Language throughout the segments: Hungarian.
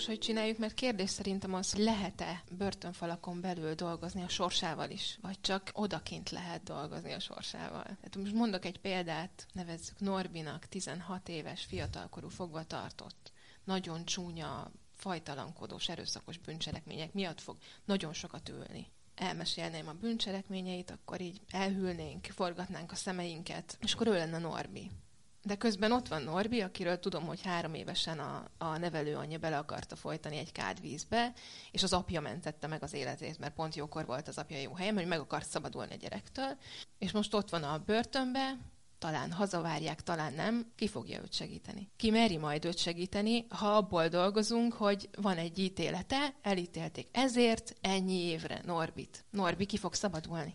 hogy csináljuk, mert kérdés szerintem az, hogy lehet-e börtönfalakon belül dolgozni a sorsával is, vagy csak odakint lehet dolgozni a sorsával. Hát most mondok egy példát, nevezzük Norbinak, 16 éves fiatalkorú fogvatartott, nagyon csúnya, fajtalankodós, erőszakos bűncselekmények miatt fog nagyon sokat ülni. Elmesélném a bűncselekményeit, akkor így elhűlnénk, forgatnánk a szemeinket, és akkor ő lenne Norbi. De közben ott van Norbi, akiről tudom, hogy 3 évesen a nevelőanyja bele akarta folytani egy kádvízbe, és az apja mentette meg az életét, mert pont jókor volt az apja jó helyen, hogy meg akart szabadulni a gyerektől. És most ott van a börtönbe, talán hazavárják, talán nem, ki fogja őt segíteni? Ki meri majd őt segíteni, ha abból dolgozunk, hogy van egy ítélete, elítélték ezért ennyi évre Norbit. Norbi ki fog szabadulni?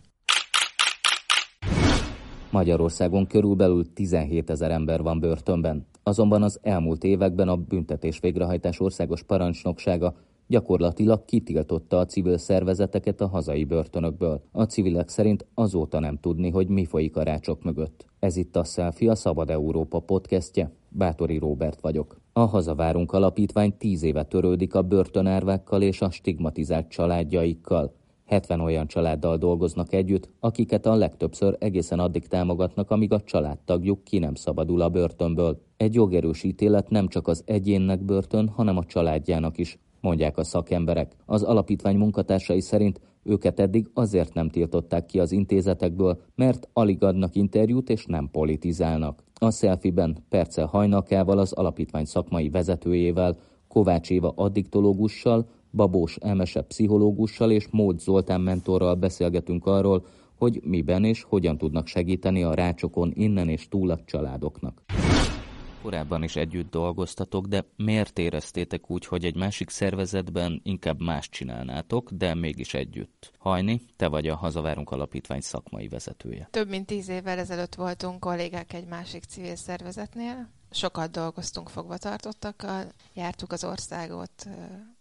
Magyarországon körülbelül 17 000 ember van börtönben. Azonban az elmúlt években a büntetés végrehajtás országos parancsnoksága gyakorlatilag kitiltotta a civil szervezeteket a hazai börtönökből. A civilek szerint azóta nem tudni, hogy mi folyik a rácsok mögött. Ez itt a Selfie, a Szabad Európa podcastje. Báthori Róbert vagyok. A Hazavárunk Alapítvány 10 éve törődik a börtönárvákkal és a stigmatizált családjaikkal. 70 olyan családdal dolgoznak együtt, akiket a legtöbbször egészen addig támogatnak, amíg a családtagjuk ki nem szabadul a börtönből. Egy jogerős ítélet nem csak az egyénnek börtön, hanem a családjának is, mondják a szakemberek. Az alapítvány munkatársai szerint őket eddig azért nem tiltották ki az intézetekből, mert alig adnak interjút és nem politizálnak. A Selfie-ben Perccel Hajnalkával, az alapítvány szakmai vezetőjével, Kovács Éva addiktológussal, Babós Emese pszichológussal és Mód Zoltán mentorral beszélgetünk arról, hogy miben és hogyan tudnak segíteni a rácsokon innen és túl a családoknak. Korábban is együtt dolgoztatok, de miért éreztétek úgy, hogy egy másik szervezetben inkább más csinálnátok, de mégis együtt? Hajni, te vagy a Hazavárunk Alapítvány szakmai vezetője. Több mint 10 évvel ezelőtt voltunk kollégák egy másik civil szervezetnél. Sokat dolgoztunk fogvatartottakkal, jártuk az országot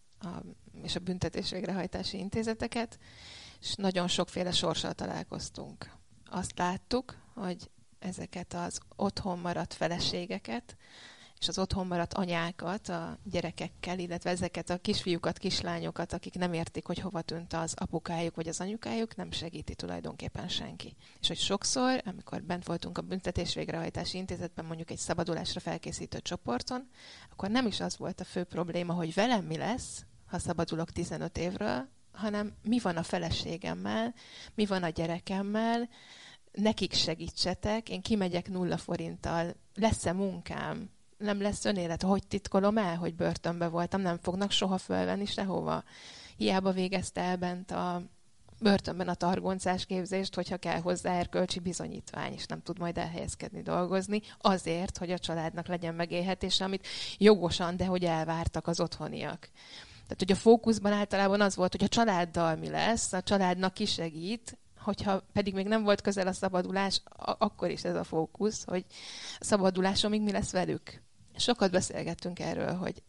és a büntetés végrehajtási intézeteket, és nagyon sokféle sorssal találkoztunk. Azt láttuk, hogy ezeket az otthon maradt feleségeket, és az otthon maradt anyákat a gyerekekkel, illetve ezeket a kisfiúkat, kislányokat, akik nem értik, hogy hova tűnt az apukájuk vagy az anyukájuk, nem segíti tulajdonképpen senki. És hogy sokszor, amikor bent voltunk a büntetés végrehajtási intézetben, mondjuk egy szabadulásra felkészítő csoporton, akkor nem is az volt a fő probléma, hogy velem mi lesz, ha szabadulok 15 évről, hanem mi van a feleségemmel, mi van a gyerekemmel, nekik segítsetek, én kimegyek 0 forinttal, lesz-e munkám, nem lesz önélet, hogy titkolom el, hogy börtönbe voltam, nem fognak soha fölvenni sehova. Hiába végezte el bent a börtönben a targoncás képzést, hogyha kell hozzá erkölcsi bizonyítvány, és nem tud majd elhelyezkedni, dolgozni, azért, hogy a családnak legyen megélhetése, amit jogosan, de hogy elvártak az otthoniak. Tehát, hogy a fókuszban általában az volt, hogy a családdal mi lesz, a családnak ki segít, hogyha pedig még nem volt közel a szabadulás, akkor is ez a fókusz, hogy a szabadulásomig mi lesz velük. Sokat beszélgettünk erről, hogy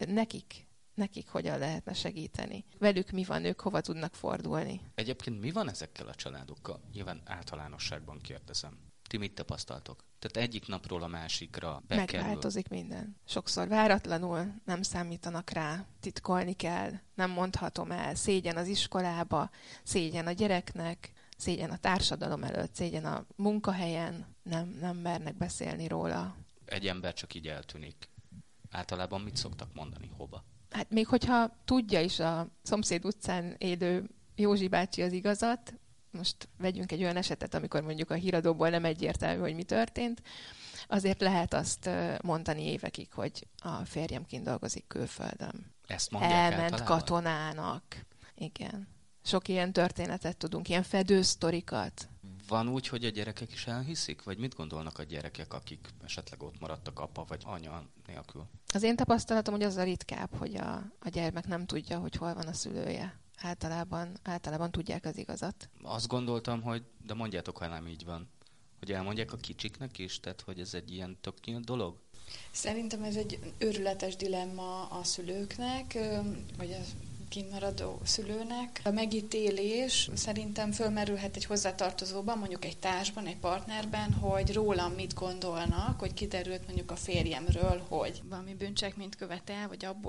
nekik hogyan lehetne segíteni. Velük mi van, ők hova tudnak fordulni. Egyébként mi van ezekkel a családokkal? Nyilván általánosságban kérdezem. Ti mit tapasztaltok? Tehát egyik napról a másikra bekerül. Megváltozik minden. Sokszor váratlanul, nem számítanak rá, titkolni kell, nem mondhatom el, szégyen az iskolába, szégyen a gyereknek, szégyen a társadalom előtt, szégyen a munkahelyen, nem mernek beszélni róla. Egy ember csak így eltűnik. Általában mit szoktak mondani, hova? Hát még hogyha tudja is a szomszéd utcán élő Józsi bácsi az igazat, most vegyünk egy olyan esetet, amikor mondjuk a híradóból nem egyértelmű, hogy mi történt, azért lehet azt mondani évekig, hogy a férjem kint dolgozik külföldön. Ezt mondják elment általában? Katonának. Igen. Sok ilyen történetet tudunk, ilyen fedősztorikat. Van úgy, hogy a gyerekek is elhiszik? Vagy mit gondolnak a gyerekek, akik esetleg ott maradtak apa vagy anya nélkül? Az én tapasztalatom, hogy az a ritkább, hogy a gyermek nem tudja, hogy hol van a szülője. Általában tudják az igazat. Azt gondoltam, hogy, de mondjátok, ha nem így van, hogy elmondják a kicsiknek is, tehát hogy ez egy ilyen tök nyílt dolog? Szerintem ez egy őrületes dilemma a szülőknek, vagy a kintmaradó szülőnek. A megítélés szerintem fölmerülhet egy hozzátartozóban, mondjuk egy társban, egy partnerben, hogy rólam mit gondolnak, hogy kiderült mondjuk a férjemről, hogy valami bűncselekményt követel, vagy abból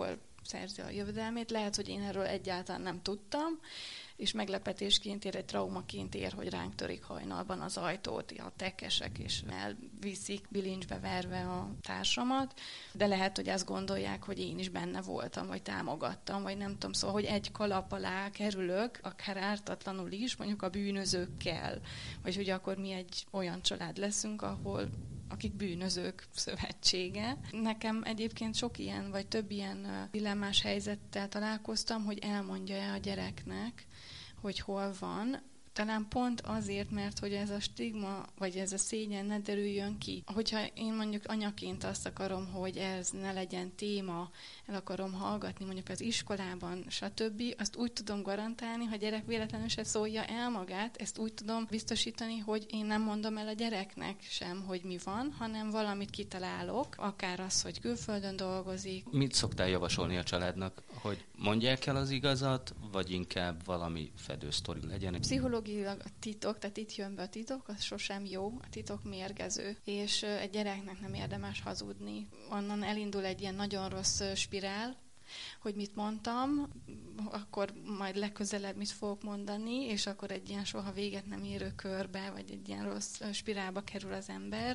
szerzi a jövedelmét. Lehet, hogy én erről egyáltalán nem tudtam, és meglepetésként ér, egy traumaként ér, hogy ránk törik hajnalban az ajtót, a tekesek, és elviszik bilincsbe verve a társamat, de lehet, hogy azt gondolják, hogy én is benne voltam, vagy támogattam, vagy nem tudom, szóval, hogy egy kalap alá kerülök, akár ártatlanul is, mondjuk a bűnözőkkel, vagy hogy akkor mi egy olyan család leszünk, akik bűnözők szövetsége. Nekem egyébként sok ilyen, vagy több ilyen dilemmás helyzettel találkoztam, hogy elmondja-e a gyereknek, hogy hol van. Talán pont azért, mert hogy ez a stigma, vagy ez a szégyen ne derüljön ki. Hogyha én mondjuk anyaként azt akarom, hogy ez ne legyen téma, el akarom hallgatni mondjuk az iskolában, stb., azt úgy tudom garantálni, ha a gyerek véletlenül se szólja el magát, ezt úgy tudom biztosítani, hogy én nem mondom el a gyereknek sem, hogy mi van, hanem valamit kitalálok, akár az, hogy külföldön dolgozik. Mit szoktál javasolni a családnak, hogy mondják el az igazat, vagy inkább valami fedősztori legyen? Pszichológiailag a titok, tehát itt jön be a titok, az sosem jó, a titok mérgező, és egy gyereknek nem érdemes hazudni. Onnan elindul egy ilyen nagyon rossz spirál, hogy mit mondtam, akkor majd legközelebb mit fogok mondani, és akkor egy ilyen soha véget nem érő körbe, vagy egy ilyen rossz spirálba kerül az ember,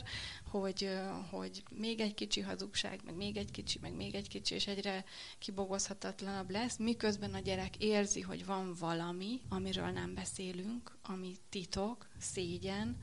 hogy még egy kicsi hazugság, meg még egy kicsi, és egyre kibogozhatatlanabb lesz, miközben a gyerek érzi, hogy van valami, amiről nem beszélünk, ami titok, szégyen,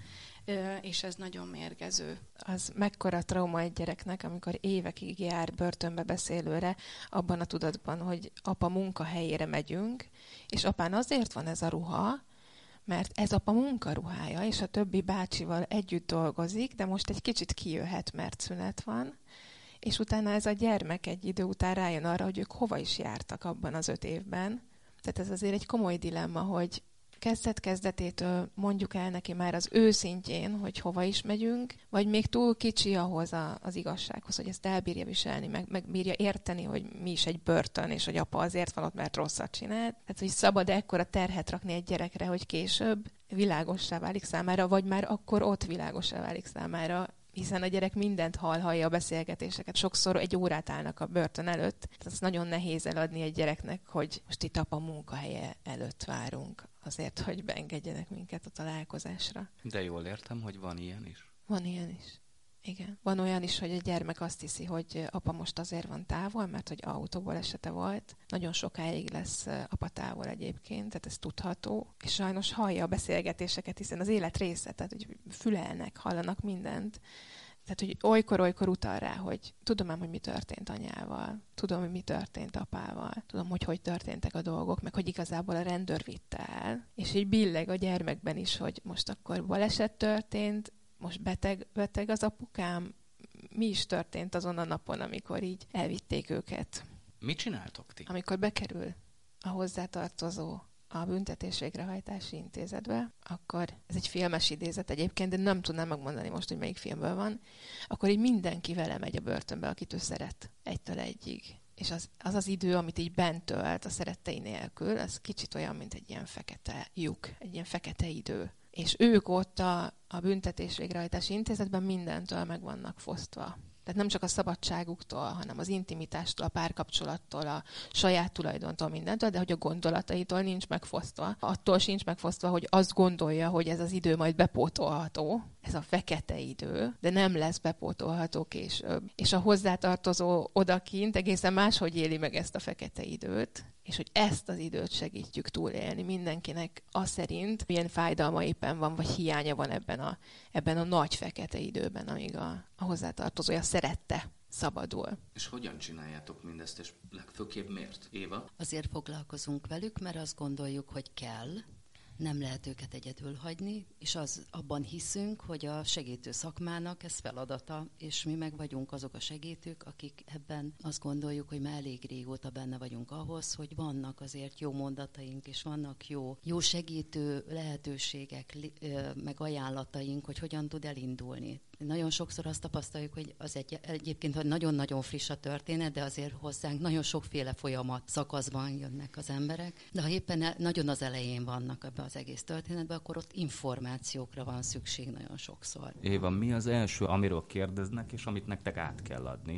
és ez nagyon mérgező. Az mekkora trauma egy gyereknek, amikor évekig jár börtönbe beszélőre, abban a tudatban, hogy apa munkahelyére megyünk, és apán azért van ez a ruha, mert ez apa munkaruhája, és a többi bácsival együtt dolgozik, de most egy kicsit kijöhet, mert szünet van, és utána ez a gyermek egy idő után rájön arra, hogy ők hova is jártak abban az 5 évben. Tehát ez azért egy komoly dilemma, hogy kezdetétől mondjuk el neki már az őszintjén, hogy hova is megyünk, vagy még túl kicsi ahhoz az igazsághoz, hogy ezt elbírja viselni, meg bírja érteni, hogy mi is egy börtön, és hogy apa azért van ott, mert rosszat csinált. Tehát, hogy szabad ekkora terhet rakni egy gyerekre, hogy később világossá válik számára, vagy már akkor ott világossá válik számára, hiszen a gyerek mindent hallja a beszélgetéseket. Sokszor egy órát állnak a börtön előtt. Tehát az nagyon nehéz eladni egy gyereknek, hogy most itt apa munkahelye előtt várunk azért, hogy beengedjenek minket a találkozásra. De jól értem, hogy van ilyen is? Van ilyen is. Igen. Van olyan is, hogy a gyermek azt hiszi, hogy apa most azért van távol, mert hogy autóból esete volt. Nagyon sokáig lesz apa távol egyébként, tehát ez tudható. És sajnos hallja a beszélgetéseket, hiszen az élet része, tehát hogy fülelnek, hallanak mindent. Tehát, hogy olykor utal rá, hogy tudom ám, hogy mi történt anyával, tudom, hogy mi történt apával, tudom, hogy történtek a dolgok, meg hogy igazából a rendőr vitte el. És így billeg a gyermekben is, hogy most akkor baleset történt, most beteg az apukám, mi is történt azon a napon, amikor így elvitték őket. Mit csináltok ti? Amikor bekerül a hozzátartozó a büntetés végrehajtási intézetbe, akkor ez egy filmes idézet egyébként, de nem tudnám megmondani most, hogy melyik filmből van, akkor így mindenki vele megy a börtönbe, akit ő szeret, 1-től 1-ig. És az idő, amit így bent tölt a szerettei nélkül, az kicsit olyan, mint egy ilyen fekete lyuk, egy ilyen fekete idő. És ők ott a büntetés végrehajtási intézetben mindentől meg vannak fosztva. Tehát nem csak a szabadságuktól, hanem az intimitástól, a párkapcsolattól, a saját tulajdontól, mindentől, de hogy a gondolataitól nincs megfosztva. Attól sincs megfosztva, hogy azt gondolja, hogy ez az idő majd bepótolható, ez a fekete idő, de nem lesz bepótolható később. És a hozzátartozó odakint egészen máshogy éli meg ezt a fekete időt, és hogy ezt az időt segítjük túlélni mindenkinek az szerint, milyen fájdalma éppen van, vagy hiánya van ebben a nagy fekete időben, amíg a hozzátartozója szerette szabadul. És hogyan csináljátok mindezt, és legfőképp miért? Éva? Azért foglalkozunk velük, mert azt gondoljuk, hogy kell, nem lehet őket egyedül hagyni, és abban hiszünk, hogy a segítő szakmának ez feladata, és mi meg vagyunk azok a segítők, akik ebben azt gondoljuk, hogy már elég régóta benne vagyunk ahhoz, hogy vannak azért jó mondataink, és vannak jó segítő lehetőségek, meg ajánlataink, hogy hogyan tud elindulni. Nagyon sokszor azt tapasztaljuk, hogy egyébként nagyon-nagyon friss a történet, de azért hozzánk nagyon sokféle folyamat szakaszban jönnek az emberek. De ha éppen nagyon az elején vannak ebbe az egész történetben, akkor ott információkra van szükség nagyon sokszor. Éva, mi az első, amiről kérdeznek, és amit nektek át kell adni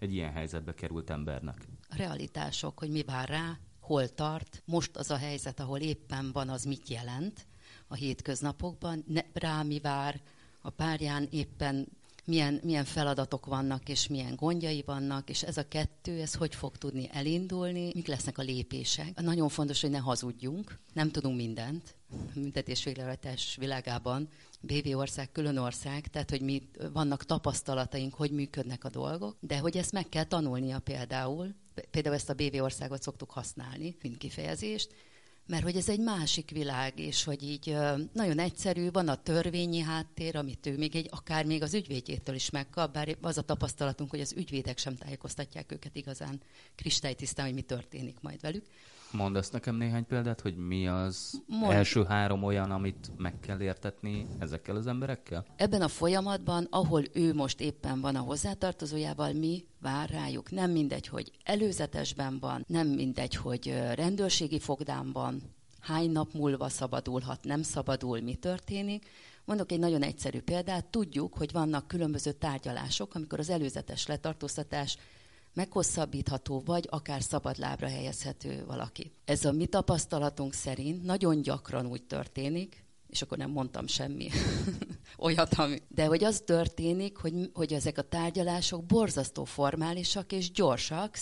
egy ilyen helyzetbe került embernek? A realitások, hogy mi vár rá, hol tart, most az a helyzet, ahol éppen van, az mit jelent a hétköznapokban, rá mi vár, a párján éppen milyen feladatok vannak, és milyen gondjai vannak, és ez a kettő, ez hogy fog tudni elindulni, mik lesznek a lépések. Nagyon fontos, hogy ne hazudjunk, nem tudunk mindent. Büntetés-végrehajtás világában BV ország, külön ország, tehát hogy vannak tapasztalataink, hogy működnek a dolgok, de hogy ezt meg kell tanulnia például ezt a BV országot szoktuk használni, mint kifejezést, mert hogy ez egy másik világ, és hogy így nagyon egyszerű, van a törvényi háttér, amit ő akár még az ügyvédjétől is megkap, bár az a tapasztalatunk, hogy az ügyvédek sem tájékoztatják őket igazán kristálytisztán, hogy mi történik majd velük. Mondasz nekem néhány példát, hogy mi az első 3 olyan, amit meg kell értetni ezekkel az emberekkel? Ebben a folyamatban, ahol ő most éppen van a hozzátartozójával, mi vár rájuk. Nem mindegy, hogy előzetesben van, nem mindegy, hogy rendőrségi fogdámban, hány nap múlva szabadulhat, nem szabadul, mi történik. Mondok egy nagyon egyszerű példát, tudjuk, hogy vannak különböző tárgyalások, amikor az előzetes letartóztatás meghosszabbítható, vagy akár szabadlábra helyezhető valaki. Ez a mi tapasztalatunk szerint nagyon gyakran úgy történik, és akkor nem mondtam semmi olyat, de hogy az történik, hogy ezek a tárgyalások borzasztó formálisak és gyorsak,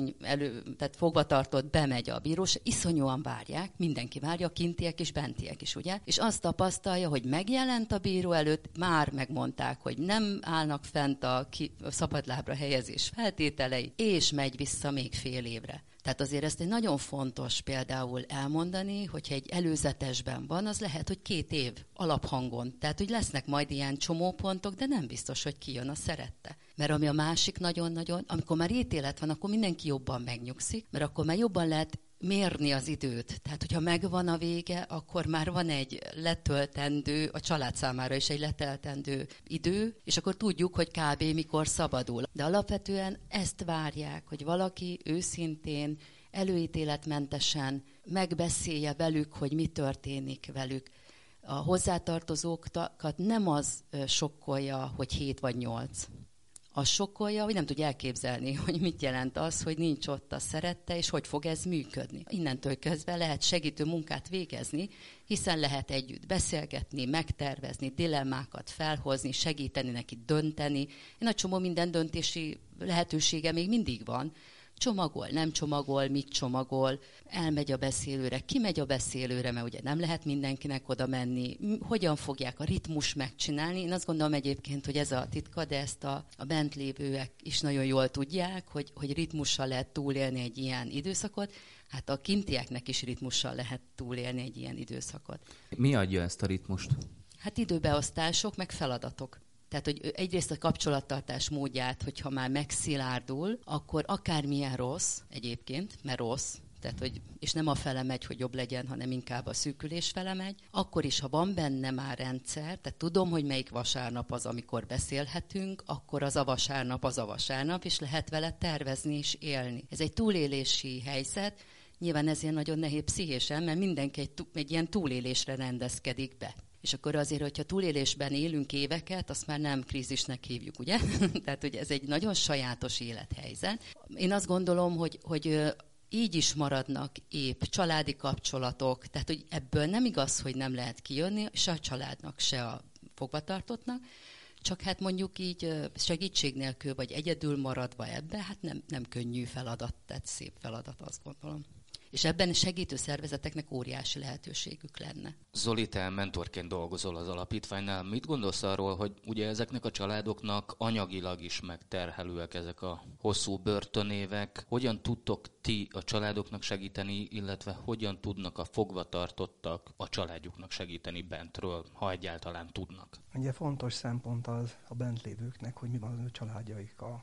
tehát fogvatartott bemegy a bírós, iszonyúan várják, mindenki várja, kintiek és bentiek is, ugye? És azt tapasztalja, hogy megjelent a bíró előtt, már megmondták, hogy nem állnak fent a szabadlábra helyezés feltételei, és megy vissza még fél évre. Tehát azért ezt egy nagyon fontos például elmondani, hogyha egy előzetesben van, az lehet, hogy 2 év alaphangon. Tehát, hogy lesznek majd ilyen csomópontok, de nem biztos, hogy kijön a szerette. Mert ami a másik nagyon-nagyon, amikor már ítélet van, akkor mindenki jobban megnyugszik, mert akkor már jobban lehet mérni az időt. Tehát, hogyha megvan a vége, akkor már van egy letöltendő, a család számára is egy letöltendő idő, és akkor tudjuk, hogy kb. Mikor szabadul. De alapvetően ezt várják, hogy valaki őszintén, előítéletmentesen megbeszélje velük, hogy mi történik velük. A hozzátartozókat nem az sokkolja, hogy 7 vagy 8. Az sokkolja, hogy nem tudja elképzelni, hogy mit jelent az, hogy nincs ott a szerette, és hogy fog ez működni. Innentől kezdve lehet segítő munkát végezni, hiszen lehet együtt beszélgetni, megtervezni, dilemmákat felhozni, segíteni neki dönteni. Egy csomó minden döntési lehetősége még mindig van. Csomagol, nem csomagol, mit csomagol, elmegy a beszélőre, kimegy a beszélőre, mert ugye nem lehet mindenkinek oda menni, hogyan fogják a ritmus megcsinálni. Én azt gondolom egyébként, hogy ez a titka, de ezt a bent lévőek is nagyon jól tudják, hogy ritmussal lehet túlélni egy ilyen időszakot, hát a kintieknek is ritmussal lehet túlélni egy ilyen időszakot. Mi adja ezt a ritmust? Hát időbeosztások, meg feladatok. Tehát, hogy egyrészt a kapcsolattartás módját, hogyha már megszilárdul, akkor akármilyen rossz egyébként, mert rossz, tehát, hogy, és nem a fele megy, hogy jobb legyen, hanem inkább a szűkülés fele megy, akkor is, ha van benne már rendszer, tehát tudom, hogy melyik vasárnap az, amikor beszélhetünk, akkor az a vasárnap, és lehet vele tervezni és élni. Ez egy túlélési helyzet, nyilván ezért nagyon nehéz pszichésen, mert mindenki egy ilyen túlélésre rendezkedik be. És akkor azért, hogyha túlélésben élünk éveket, azt már nem krízisnek hívjuk, ugye? Tehát, hogy ez egy nagyon sajátos élethelyzet. Én azt gondolom, hogy így is maradnak épp családi kapcsolatok, tehát, hogy ebből nem igaz, hogy nem lehet kijönni, se a családnak, se a fogvatartottnak, csak hát mondjuk így segítség nélkül, vagy egyedül maradva ebbe, hát nem könnyű feladat, tehát szép feladat, azt gondolom. És ebben segítő szervezeteknek óriási lehetőségük lenne. Zoli, te mentorként dolgozol az alapítványnál. Mit gondolsz arról, hogy ugye ezeknek a családoknak anyagilag is megterhelőek ezek a hosszú börtönévek? Hogyan tudtok ti a családoknak segíteni, illetve hogyan tudnak a fogvatartottak a családjuknak segíteni bentről, ha egyáltalán tudnak? Ugye fontos szempont az a bentlévőknek, hogy mi van az ő családjaikkal.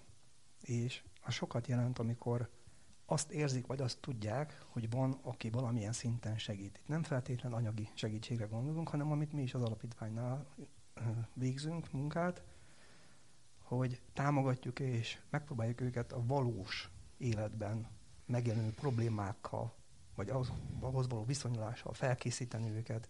És az sokat jelent, amikor azt érzik, vagy azt tudják, hogy van, aki valamilyen szinten segít. Itt nem feltétlen anyagi segítségre gondolunk, hanem amit mi is az alapítványnál végzünk munkát, hogy támogatjuk és megpróbáljuk őket a valós életben megjelenő problémákkal, vagy ahhoz való viszonyulással felkészíteni őket.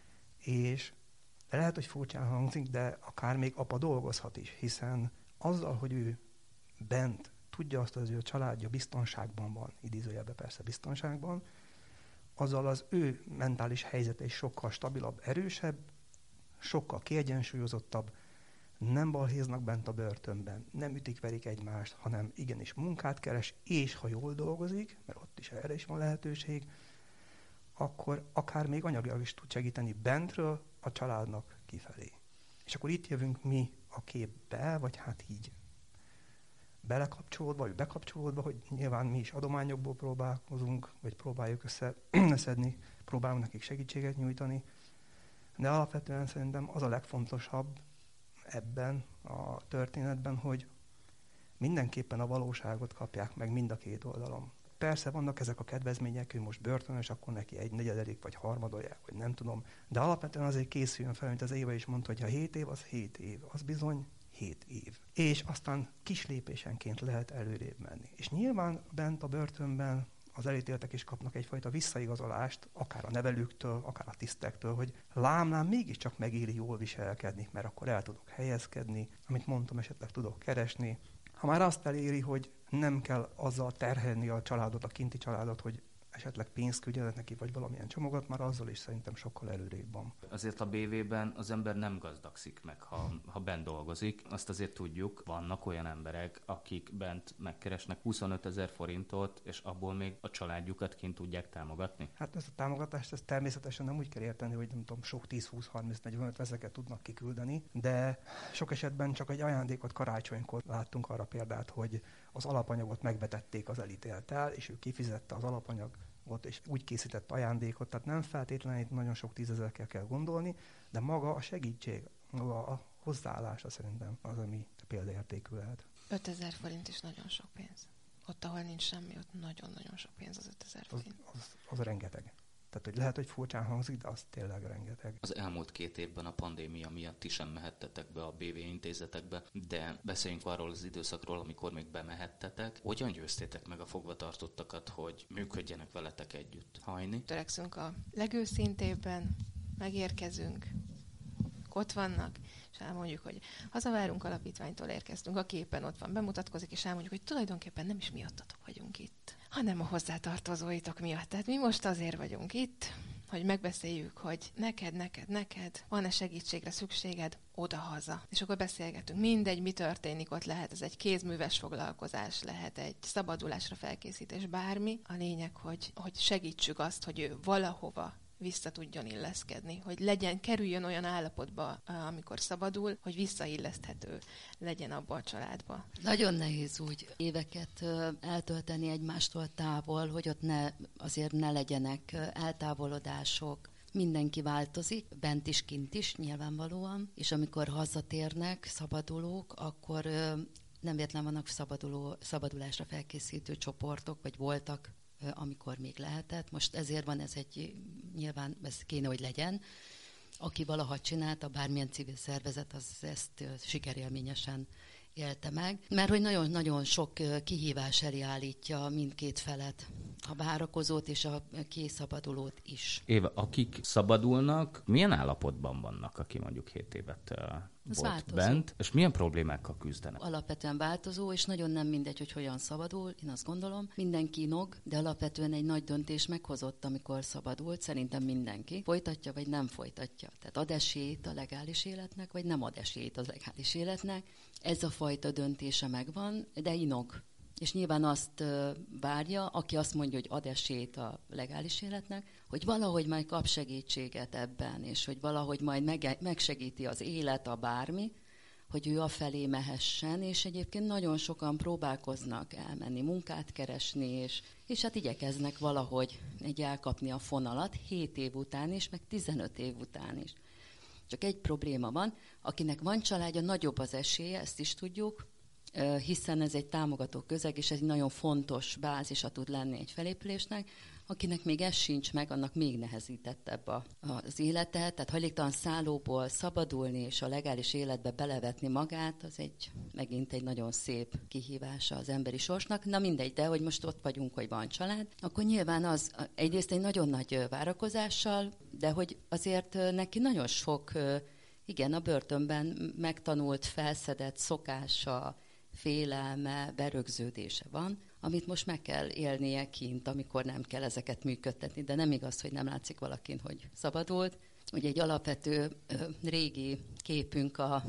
És lehet, hogy furcsán hangzik, de akár még apa dolgozhat is, hiszen azzal, hogy ő bent tudja azt, hogy a családja biztonságban van, idézőjelben persze biztonságban, azzal az ő mentális helyzete is sokkal stabilabb, erősebb, sokkal kiegyensúlyozottabb, nem balhéznak bent a börtönben, nem ütik-verik egymást, hanem igenis munkát keres, és ha jól dolgozik, mert ott is erre is van lehetőség, akkor akár még anyagilag is tud segíteni bentről a családnak kifelé. És akkor itt jövünk mi a képbe, vagy hát így belekapcsolódva, vagy bekapcsolódva, hogy nyilván mi is adományokból próbálkozunk, vagy próbáljuk összeszedni, próbálunk nekik segítséget nyújtani, de alapvetően szerintem az a legfontosabb ebben a történetben, hogy mindenképpen a valóságot kapják meg mind a két oldalon. Persze vannak ezek a kedvezmények, hogy most börtönös, akkor neki 1/4 vagy harmadolják, vagy nem tudom, de alapvetően azért készüljön fel, mint az Éva is mondta, hogy ha 7 év, az 7 év, az bizony 7 év. És aztán kis lépésenként lehet előrébb menni. És nyilván bent a börtönben az elítéltek is kapnak egyfajta visszaigazolást, akár a nevelőktől, akár a tisztektől, hogy lámlám mégiscsak megéri jól viselkedni, mert akkor el tudok helyezkedni, amit mondtam, esetleg tudok keresni. Ha már azt eléri, hogy nem kell azzal terhelni a családot, a kinti családot, hogy esetleg pénzt küldjenek neki, vagy valamilyen csomagot, már azzal is szerintem sokkal előrébb van. Azért a BV-ben az ember nem gazdagszik meg, ha bent dolgozik. Azt azért tudjuk, vannak olyan emberek, akik bent megkeresnek 25 000 forintot, és abból még a családjukat kint tudják támogatni. Hát ezt a támogatást ezt természetesen nem úgy kell érteni, hogy nem tudom, sok 10-20-30-40 ezeket tudnak kiküldeni, de sok esetben csak egy ajándékot karácsonykor láttunk arra példát, hogy az alapanyagot megvetették az elítélttel, és ő kifizette az alapanyagot, és úgy készített ajándékot, tehát nem feltétlenül itt nagyon sok 10 000-kkel kell gondolni, de maga a segítség, maga a hozzáállása szerintem az, ami példaértékű lehet. 5000 forint is nagyon sok pénz. Ott, ahol nincs semmi, ott nagyon-nagyon sok pénz az 5000 forint. Az rengeteg. Tehát, hogy lehet, hogy furcsán hangzik, de az tényleg rengeteg. Az elmúlt 2 évben a pandémia miatt ti sem mehettetek be a BV intézetekbe, de beszéljünk arról az időszakról, amikor még bemehettetek. Hogyan győztétek meg a fogvatartottakat, hogy működjenek veletek együtt? Hajni? Törekszünk a legőszintébben, megérkezünk, ott vannak, és elmondjuk, hogy Hazavárunk Alapítványtól érkeztünk, a képen ott van, bemutatkozik, és elmondjuk, hogy tulajdonképpen nem is miattatok vagyunk itt, hanem a hozzátartozóitok miatt. Tehát mi most azért vagyunk itt, hogy megbeszéljük, hogy neked van-e segítségre szükséged oda-haza. És akkor beszélgetünk. Mindegy, mi történik ott, lehet ez egy kézműves foglalkozás, lehet egy szabadulásra felkészítés, bármi. A lényeg, hogy segítsük azt, hogy ő valahova vissza tudjon illeszkedni, hogy kerüljön olyan állapotba, amikor szabadul, hogy visszailleszthető legyen abba a családba. Nagyon nehéz úgy éveket eltölteni egymástól távol, hogy ott azért ne legyenek eltávolodások. Mindenki változik, bent is, kint is, nyilvánvalóan, és amikor hazatérnek szabadulók, akkor nem véletlen vannak szabadulásra felkészítő csoportok, vagy voltak, amikor még lehetett. Most ezért van nyilván ez kéne, hogy legyen. Aki valaha csinálta, bármilyen civil szervezet, az ezt sikerélményesen élte meg. Mert hogy nagyon-nagyon sok kihívás elé állítja mindkét felet, a várakozót és a kiszabadulót is. Éva, akik szabadulnak, milyen állapotban vannak, aki mondjuk 7 évet volt változó bent, és milyen problémákkal küzdenek? Alapvetően változó, és nagyon nem mindegy, hogy hogyan szabadul, én azt gondolom. Mindenki inog, de alapvetően egy nagy döntés meghozott, amikor szabadult, szerintem mindenki. Folytatja, vagy nem folytatja. Tehát ad esélyt a legális életnek, vagy nem ad esélyt az legális életnek. Ez a fajta döntése megvan, de inog. És nyilván azt várja, aki azt mondja, hogy ad esélyt a legális életnek, hogy valahogy majd kap segítséget ebben, és hogy valahogy majd megsegíti az élet, a bármi, hogy ő afelé mehessen, és egyébként nagyon sokan próbálkoznak elmenni, munkát keresni, és hát igyekeznek valahogy elkapni a fonalat 7 év után is, meg 15 év után is. Csak egy probléma van, akinek van családja, nagyobb az esélye, ezt is tudjuk, hiszen ez egy támogató közeg, és ez egy nagyon fontos bázisa tud lenni egy felépülésnek. Akinek még ez sincs meg, annak még nehezítettebb az élete. Tehát hajléktalan szállóból szabadulni és a legális életbe belevetni magát, az megint egy nagyon szép kihívása az emberi sorsnak. Na mindegy, de hogy most ott vagyunk, hogy van család, akkor nyilván az egyrészt egy nagyon nagy várakozással, de hogy azért neki nagyon sok, igen, a börtönben megtanult, felszedett szokása, félelme, berögződése van, amit most meg kell élnie kint, amikor nem kell ezeket működtetni. De nem igaz, hogy nem látszik valakin, hogy szabadult. Ugye egy alapvető régi képünk a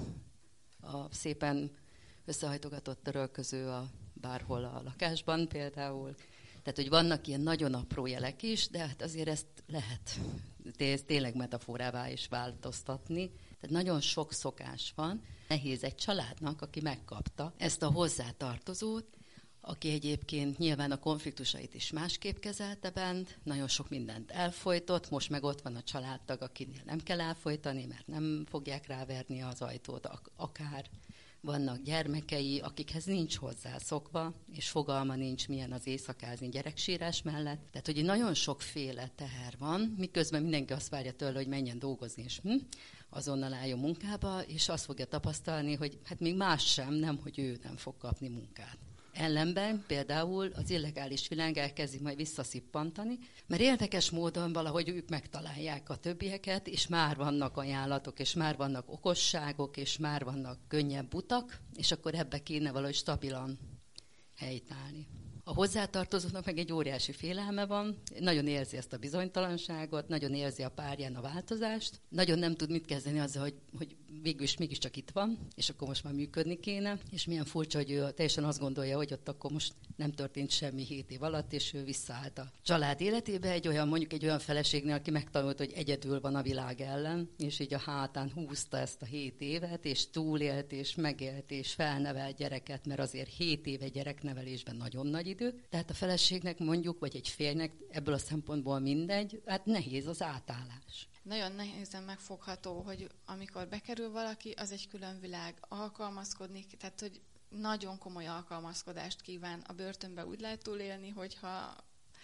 szépen összehajtogatott törölköző bárhol a lakásban például. Tehát, hogy vannak ilyen nagyon apró jelek is, de hát azért ezt lehet tényleg metaforává is változtatni. Tehát nagyon sok szokás van. Nehéz egy családnak, aki megkapta ezt a hozzátartozót, aki egyébként nyilván a konfliktusait is másképp kezelte bent, nagyon sok mindent elfojtott, most meg ott van a családtag, akinél nem kell elfojtani, mert nem fogják ráverni az ajtót, akár vannak gyermekei, akikhez nincs hozzászokva, és fogalma nincs, milyen az éjszakázni gyereksírás mellett. Tehát, hogy nagyon sokféle teher van, miközben mindenki azt várja tőle, hogy menjen dolgozni, és azonnal álljon munkába, és azt fogja tapasztalni, hogy hát még más sem, nem, hogy ő nem fog kapni munkát. Ellenben például az illegális világ elkezdi majd visszaszippantani, mert érdekes módon valahogy ők megtalálják a többieket, és már vannak ajánlatok, és már vannak okosságok, és már vannak könnyebb utak, és akkor ebbe kéne valahogy stabilan helytállni. A hozzátartozóknak meg egy óriási félelme van, nagyon érzi ezt a bizonytalanságot, nagyon érzi a párján a változást, nagyon nem tud mit kezdeni azzal, hogy végül is mégiscsak itt van, és akkor most már működni kéne, és milyen furcsa, hogy ő teljesen azt gondolja, hogy ott akkor most nem történt semmi 7 év alatt, és ő visszaállt a család életébe, mondjuk egy olyan feleségnél, aki megtanult, hogy egyedül van a világ ellen, és így a hátán húzta ezt a 7 évet, és túlélt, és megélt, és felnevelt gyereket, mert azért 7 éve gyereknevelésben nagyon nagy idő. Tehát a feleségnek mondjuk, vagy egy férjnek ebből a szempontból mindegy, hát nehéz az átállás. Nagyon nehézen megfogható, hogy amikor bekerül valaki, az egy külön világ, alkalmazkodni, tehát hogy nagyon komoly alkalmazkodást kíván. A börtönbe úgy lehet túlélni, hogyha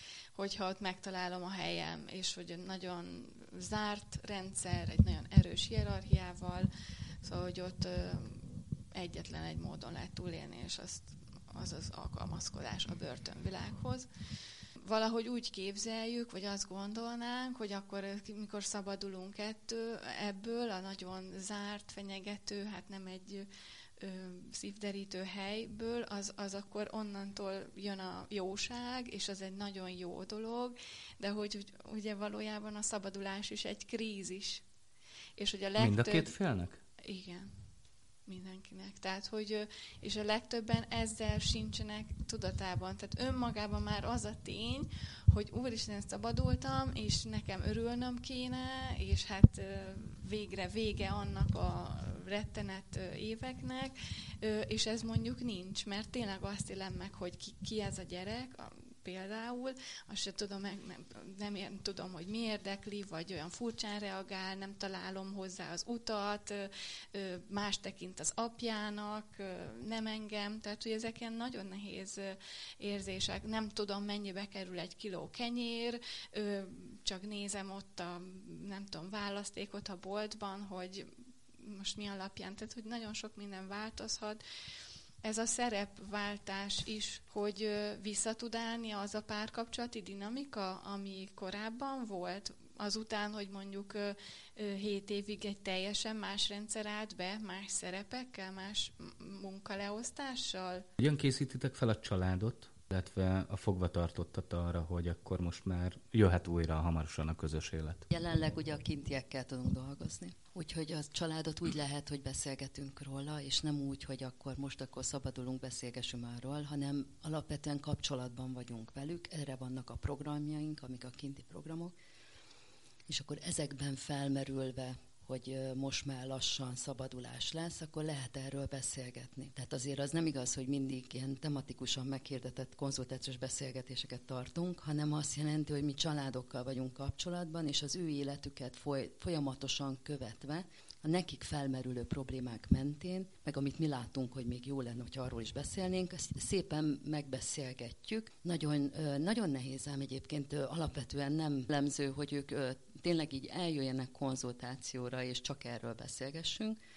ott megtalálom a helyem, és hogy nagyon zárt rendszer, egy nagyon erős hierarchiával, szóval, hogy ott egyetlen egy módon lehet túlélni, és az alkalmazkodás a börtönvilághoz. Valahogy úgy képzeljük, vagy azt gondolnánk, hogy akkor, mikor szabadulunk ebből a nagyon zárt, fenyegető, hát nem egy szívderítő helyből, az akkor onnantól jön a jóság, és az egy nagyon jó dolog, de hogy ugye valójában a szabadulás is egy krízis. És hogy a legtöbb... Mind a két félnek? Igen. Mindenkinek. Tehát, hogy, és a legtöbben ezzel sincsenek tudatában. Tehát önmagában már az a tény, hogy úristen, szabadultam, és nekem örülnöm kéne, és hát végre vége annak a rettenet éveknek, és ez mondjuk nincs, mert tényleg azt élem meg, hogy ki ez a gyerek, például, azt sem tudom, nem tudom, hogy mi érdekli, vagy olyan furcsán reagál, nem találom hozzá az utat, más tekint az apjának, nem engem, tehát hogy ezek ilyen nagyon nehéz érzések. Nem tudom, mennyibe kerül 1 kiló kenyér, csak nézem ott a, nem tudom, választékot a boltban, hogy most mi alapján, tehát hogy nagyon sok minden változhat. Ez a szerepváltás is, hogy vissza tud állni az a párkapcsolati dinamika, ami korábban volt, azután, hogy mondjuk 7 évig egy teljesen más rendszer állt be, más szerepekkel, más munkaleosztással. Hogyan készítitek fel a családot, illetve a fogvatartottat arra, hogy akkor most már jöhet újra hamarosan a közös élet? Jelenleg ugye a kintiekkel tudunk dolgozni. Úgyhogy a családot úgy lehet, hogy beszélgetünk róla, és nem úgy, hogy akkor szabadulunk, beszélgessünk arról, hanem alapvetően kapcsolatban vagyunk velük. Erre vannak a programjaink, amik a kinti programok, és akkor ezekben felmerülve, hogy most már lassan szabadulás lesz, akkor lehet erről beszélgetni. Tehát azért az nem igaz, hogy mindig ilyen tematikusan meghirdetett konzultációs beszélgetéseket tartunk, hanem azt jelenti, hogy mi családokkal vagyunk kapcsolatban, és az ő életüket folyamatosan követve, a nekik felmerülő problémák mentén, meg amit mi látunk, hogy még jó lenne, hogyha arról is beszélnénk, ezt szépen megbeszélgetjük. Nagyon, nagyon nehéz ám egyébként alapvetően nem lemző, hogy ők tényleg így eljöjjenek konzultációra, és csak erről beszélgessünk,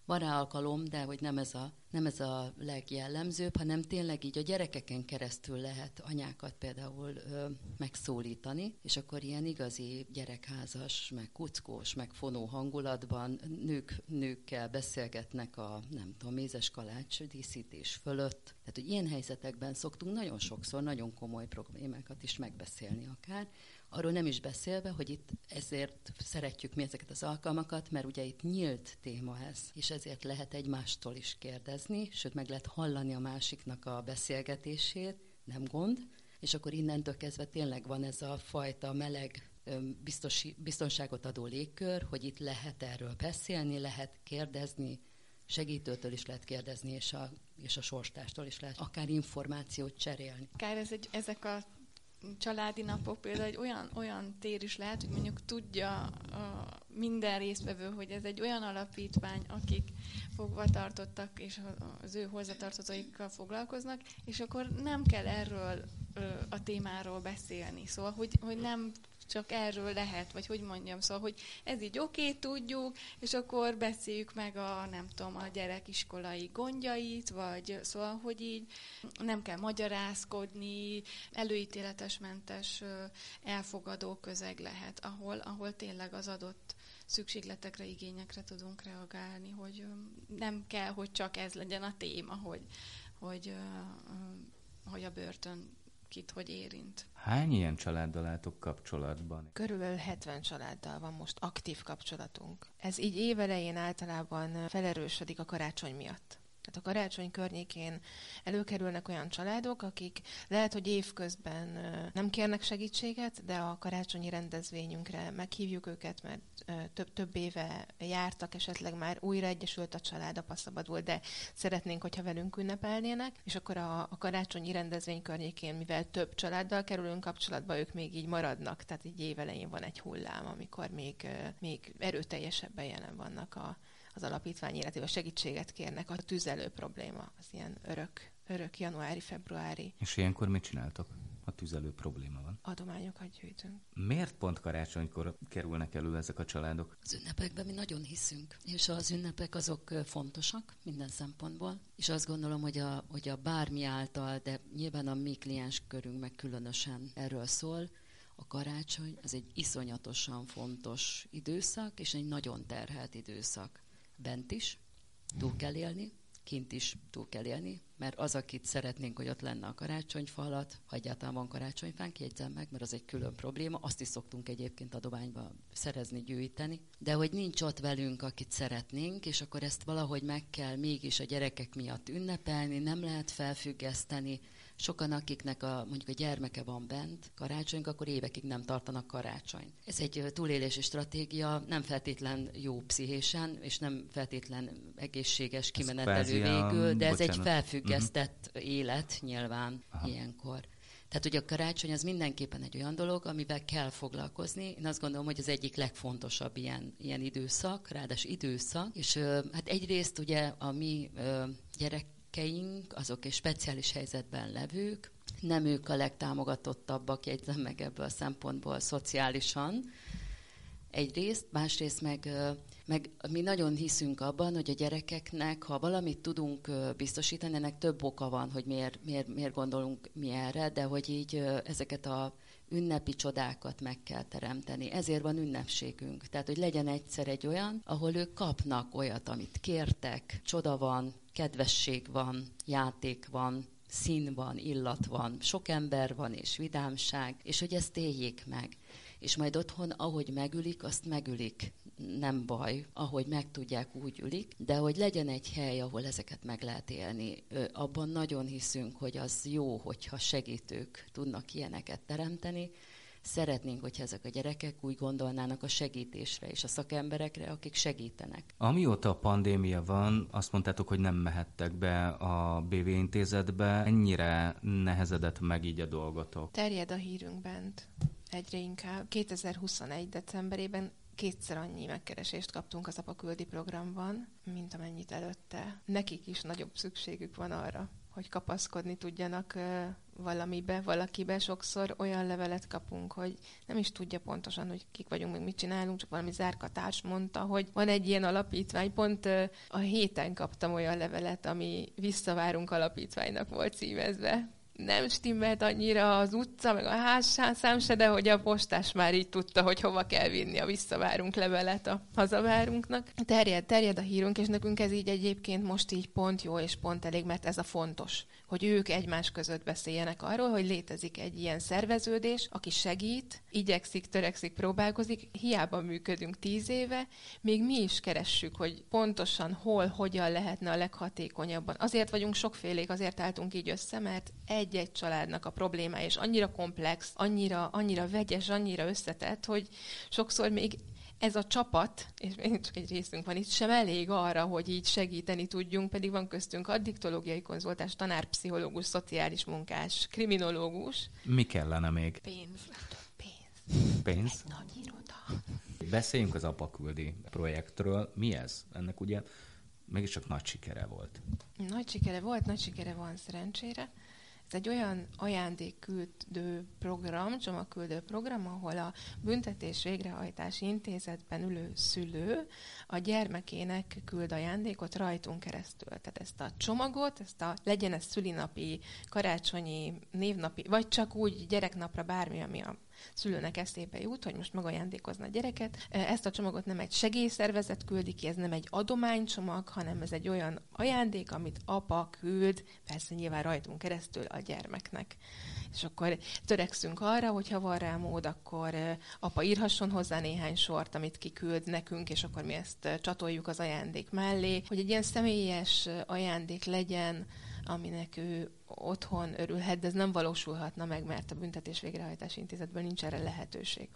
van rá alkalom, de hogy nem ez a legjellemzőbb, hanem tényleg így a gyerekeken keresztül lehet anyákat például megszólítani, és akkor ilyen igazi gyerekházas, meg kuckós, meg fonó hangulatban nőkkel beszélgetnek a, nem tudom, mézes kalács díszítés fölött. Tehát, hogy ilyen helyzetekben szoktunk nagyon sokszor nagyon komoly problémákat is megbeszélni akár. Arról nem is beszélve, hogy itt ezért szeretjük mi ezeket az alkalmakat, mert ugye itt nyílt téma ez, és ezért lehet egymástól is kérdezni, sőt meg lehet hallani a másiknak a beszélgetését, nem gond, és akkor innentől kezdve tényleg van ez a fajta meleg, biztonságot adó légkör, hogy itt lehet erről beszélni, lehet kérdezni, segítőtől is lehet kérdezni, és a sorstástól is lehet akár információt cserélni. Akár ezek a családi napok például egy olyan tér is lehet, hogy mondjuk tudja minden résztvevő, hogy ez egy olyan alapítvány, akik fogva tartottak, és az ő hozzátartozóikkal foglalkoznak, és akkor nem kell erről a témáról beszélni. Szóval, hogy nem csak erről lehet, vagy hogy mondjam, szóval, hogy ez így oké, tudjuk, és akkor beszéljük meg a gyerek iskolai gondjait, vagy szóval, hogy így nem kell magyarázkodni, előítéletesmentes elfogadó közeg lehet, ahol tényleg az adott szükségletekre, igényekre tudunk reagálni, hogy nem kell, hogy csak ez legyen a téma, hogy a börtön kit hogy érint. Hány ilyen családdal álltok kapcsolatban? Körülbelül 70 családdal van most aktív kapcsolatunk. Ez így évelején általában felerősödik a karácsony miatt. Tehát a karácsony környékén előkerülnek olyan családok, akik lehet, hogy évközben nem kérnek segítséget, de a karácsonyi rendezvényünkre meghívjuk őket, mert több éve jártak, esetleg már újra egyesült a család, apa szabadult, de szeretnénk, hogyha velünk ünnepelnének, és akkor a karácsonyi rendezvény környékén, mivel több családdal kerülünk kapcsolatba, ők még így maradnak, tehát így évelején van egy hullám, amikor még erőteljesebben jelen vannak az alapítvány életében, segítséget kérnek. A tüzelő probléma, az ilyen örök januári-februári. És ilyenkor mit csináltok? A tüzelő probléma van. Adományokat gyűjtünk. Miért pont karácsonykor kerülnek elő ezek a családok? Az ünnepekben mi nagyon hiszünk, és az ünnepek azok fontosak minden szempontból, és azt gondolom, hogy a bármi által, de nyilván a mi kliens körünk meg különösen erről szól, a karácsony az egy iszonyatosan fontos időszak, és egy nagyon terhelt időszak. Bent is túl kell élni, kint is túl kell élni, mert az, akit szeretnénk, hogy ott lenne a karácsonyfa alatt, ha egyáltalán van karácsonyfánk, jegyzem meg, mert az egy külön probléma, azt is szoktunk egyébként adományba szerezni, gyűjteni, de hogy nincs ott velünk, akit szeretnénk, és akkor ezt valahogy meg kell mégis a gyerekek miatt ünnepelni, nem lehet felfüggeszteni. Sokan, akiknek mondjuk a gyermeke van bent karácsonyk, akkor évekig nem tartanak karácsony. Ez egy túlélési stratégia, nem feltétlen jó pszichésen, és nem feltétlen egészséges kimenetelő végül, de ez egy felfüggesztett élet nyilván ilyenkor. Tehát ugye a karácsony az mindenképpen egy olyan dolog, amivel kell foglalkozni. Én azt gondolom, hogy az egyik legfontosabb ilyen időszak, ráadásul időszak, és hát egyrészt ugye a mi gyerekeink, azok egy speciális helyzetben levők, nem ők a legtámogatottabbak, jegyzem meg ebből a szempontból szociálisan, egyrészt, másrészt meg mi nagyon hiszünk abban, hogy a gyerekeknek, ha valamit tudunk biztosítani, ennek több oka van, hogy miért gondolunk mi erre, de hogy így ezeket a ünnepi csodákat meg kell teremteni. Ezért van ünnepségünk. Tehát, hogy legyen egyszer egy olyan, ahol ők kapnak olyat, amit kértek, csoda van, kedvesség van, játék van, szín van, illat van, sok ember van és vidámság, és hogy ezt éljék meg. És majd otthon, ahogy megülik, azt megülik. Nem baj, ahogy meg tudják, úgy ülik, de hogy legyen egy hely, ahol ezeket meg lehet élni. Abban nagyon hiszünk, hogy az jó, hogyha segítők tudnak ilyeneket teremteni. Szeretnénk, hogyha ezek a gyerekek úgy gondolnának a segítésre és a szakemberekre, akik segítenek. Amióta a pandémia van, azt mondtátok, hogy nem mehettek be a BV intézetbe. Ennyire nehezedett meg így a dolgotok? Terjed a hírünk bent egyre inkább. 2021. decemberében 2-szer annyi megkeresést kaptunk az Apa Küldi programban, mint amennyit előtte. Nekik is nagyobb szükségük van arra, hogy kapaszkodni tudjanak valamibe, valakibe. Sokszor olyan levelet kapunk, hogy nem is tudja pontosan, hogy kik vagyunk, meg mit csinálunk, csak valami zárkatárs mondta, hogy van egy ilyen alapítvány. Pont a héten kaptam olyan levelet, ami Visszavárunk alapítványnak volt címezve. Nem stimmelt annyira az utca, meg a házszám se, de hogy a postás már így tudta, hogy hova kell vinni a Visszavárunk levelet a Hazavárunknak. Terjed a hírunk, és nekünk ez így egyébként most így pont jó és pont elég, mert ez a fontos, hogy ők egymás között beszéljenek arról, hogy létezik egy ilyen szerveződés, aki segít, igyekszik, törekszik, próbálkozik, hiába működünk 10 éve, még mi is keressük, hogy pontosan hol, hogyan lehetne a leghatékonyabban. Azért vagyunk sokfélék, azért álltunk így össze, mert egy-egy családnak a problémája, és annyira komplex, annyira vegyes, annyira összetett, hogy sokszor még ez a csapat, és még csak egy részünk van itt, sem elég arra, hogy így segíteni tudjunk, pedig van köztünk addiktológiai konzultáns, tanárpszichológus, szociális munkás, kriminológus. Mi kellene még? Pénz. Pénz? Egy nagy iroda. Beszéljünk az Apa Küldi projektről. Mi ez? Ennek ugye mégiscsak nagy sikere volt. Nagy sikere van szerencsére. Ez egy olyan ajándékküldő program, csomagküldő program, ahol a büntetés végrehajtási intézetben ülő szülő a gyermekének küld ajándékot rajtunk keresztül. Tehát ezt a csomagot, legyen ez szülinapi, karácsonyi, névnapi, vagy csak úgy gyereknapra bármi, ami a szülőnek eszébe jut, hogy most megajándékozna a gyereket. Ezt a csomagot nem egy segélyszervezet küldi ki, ez nem egy adománycsomag, hanem ez egy olyan ajándék, amit apa küld, persze nyilván rajtunk keresztül a gyermeknek. És akkor törekszünk arra, hogyha van rá mód, akkor apa írhasson hozzá néhány sort, amit kiküld nekünk, és akkor mi ezt csatoljuk az ajándék mellé, hogy egy ilyen személyes ajándék legyen, aminek ő otthon örülhet, de ez nem valósulhatna meg, mert a büntetés végrehajtási intézetben nincs erre lehetőség,